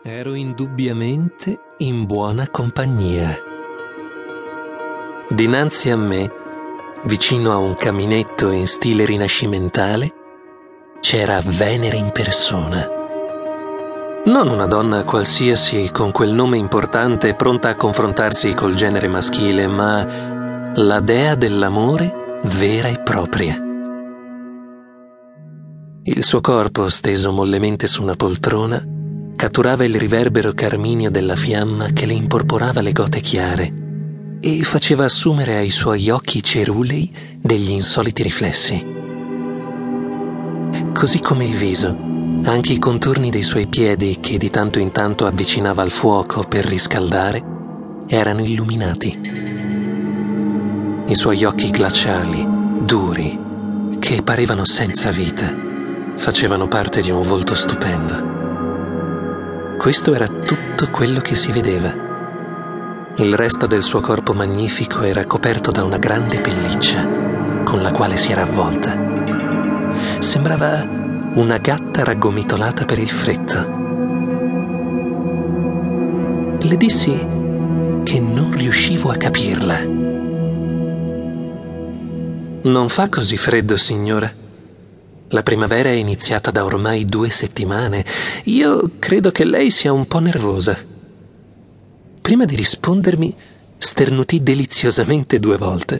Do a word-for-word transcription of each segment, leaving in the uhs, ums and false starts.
Ero indubbiamente in buona compagnia. Dinanzi a me, vicino a un caminetto in stile rinascimentale, c'era Venere in persona. Non una donna qualsiasi con quel nome importante pronta a confrontarsi col genere maschile, ma la dea dell'amore vera e propria. Il suo corpo, steso mollemente su una poltrona, catturava il riverbero carminio della fiamma che le imporporava le gote chiare e faceva assumere ai suoi occhi cerulei degli insoliti riflessi. Così come il viso, anche i contorni dei suoi piedi, che di tanto in tanto avvicinava al fuoco per riscaldare, erano illuminati. I suoi occhi glaciali, duri, che parevano senza vita, facevano parte di un volto stupendo. Questo era tutto quello che si vedeva. Il resto del suo corpo magnifico era coperto da una grande pelliccia con la quale si era avvolta. Sembrava una gatta raggomitolata per il freddo. Le dissi che non riuscivo a capirla. Non fa così freddo, signora. La primavera è iniziata da ormai due settimane. Io credo che lei sia un po' nervosa. Prima di rispondermi, sternutì deliziosamente due volte.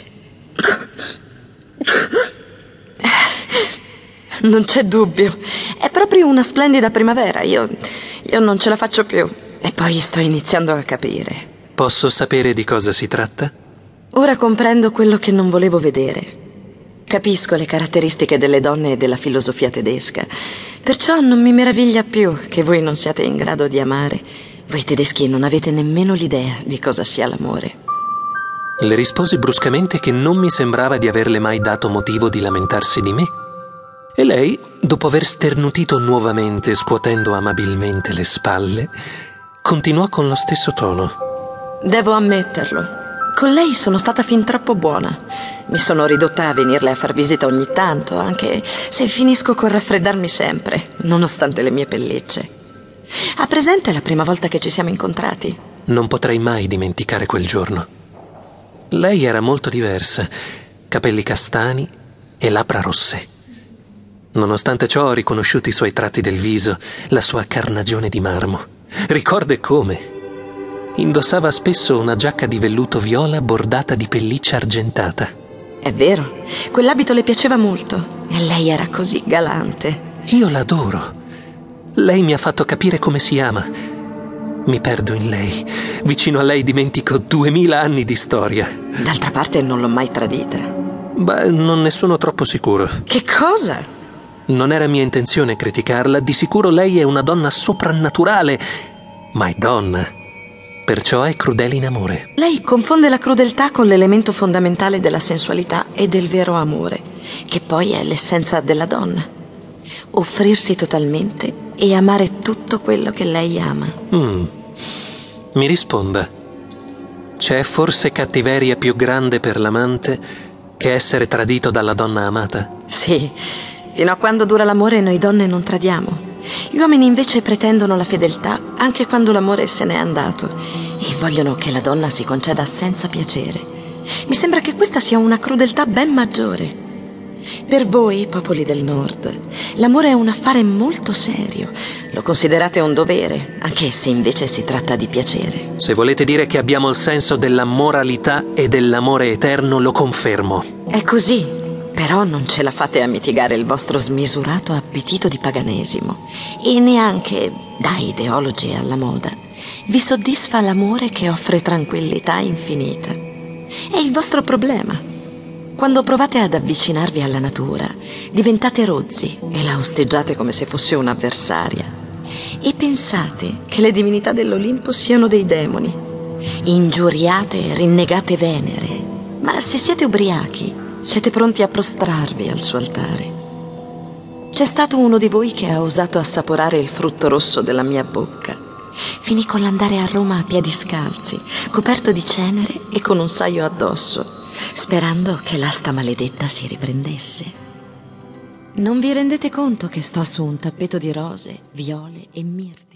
Non c'è dubbio. È proprio una splendida primavera. Io, io non ce la faccio più. E poi sto iniziando a capire. Posso sapere di cosa si tratta? Ora comprendo quello che non volevo vedere. Capisco le caratteristiche delle donne e della filosofia tedesca, perciò non mi meraviglia più che voi non siate in grado di amare. Voi tedeschi non avete nemmeno l'idea di cosa sia l'amore. Le risposi bruscamente che non mi sembrava di averle mai dato motivo di lamentarsi di me. E lei, dopo aver sternutito nuovamente, scuotendo amabilmente le spalle, continuò con lo stesso tono. Devo ammetterlo. Con lei sono stata fin troppo buona. Mi sono ridotta a venirle a far visita ogni tanto, anche se finisco col raffreddarmi sempre, nonostante le mie pellicce. Ha presente la prima volta che ci siamo incontrati? Non potrei mai dimenticare quel giorno. Lei era molto diversa, capelli castani e labbra rosse. Nonostante ciò ho riconosciuto i suoi tratti del viso, la sua carnagione di marmo. Ricordo e come. Indossava spesso una giacca di velluto viola bordata di pelliccia argentata. È vero, quell'abito le piaceva molto e lei era così galante. Io l'adoro. Lei mi ha fatto capire come si ama. Mi perdo in lei. Vicino a lei dimentico duemila anni di storia. D'altra parte non l'ho mai tradita. Beh, non ne sono troppo sicuro. Che cosa? Non era mia intenzione criticarla. Di sicuro lei è una donna soprannaturale, ma è donna. Perciò è crudele in amore. Lei confonde la crudeltà con l'elemento fondamentale della sensualità e del vero amore, che poi è l'essenza della donna. Offrirsi totalmente e amare tutto quello che lei ama. Mm. Mi risponda. C'è forse cattiveria più grande per l'amante che essere tradito dalla donna amata? Sì, fino a quando dura l'amore noi donne non tradiamo. Gli uomini invece pretendono la fedeltà anche quando l'amore se n'è andato e vogliono che la donna si conceda senza piacere. Mi sembra che questa sia una crudeltà ben maggiore. Per voi, popoli del nord, l'amore è un affare molto serio. Lo considerate un dovere, anche se invece si tratta di piacere. Se volete dire che abbiamo il senso della moralità e dell'amore eterno, lo confermo. È così. Però non ce la fate a mitigare il vostro smisurato appetito di paganesimo e neanche, da ideologi alla moda, vi soddisfa l'amore che offre tranquillità infinita. È il vostro problema. Quando provate ad avvicinarvi alla natura, diventate rozzi e la osteggiate come se fosse un'avversaria. E pensate che le divinità dell'Olimpo siano dei demoni. Ingiuriate e rinnegate Venere. Ma se siete ubriachi, siete pronti a prostrarvi al suo altare. C'è stato uno di voi che ha osato assaporare il frutto rosso della mia bocca. Finì con l'andare a Roma a piedi scalzi, coperto di cenere e con un saio addosso, sperando che l'asta maledetta si riprendesse. Non vi rendete conto che sto su un tappeto di rose, viole e mirti?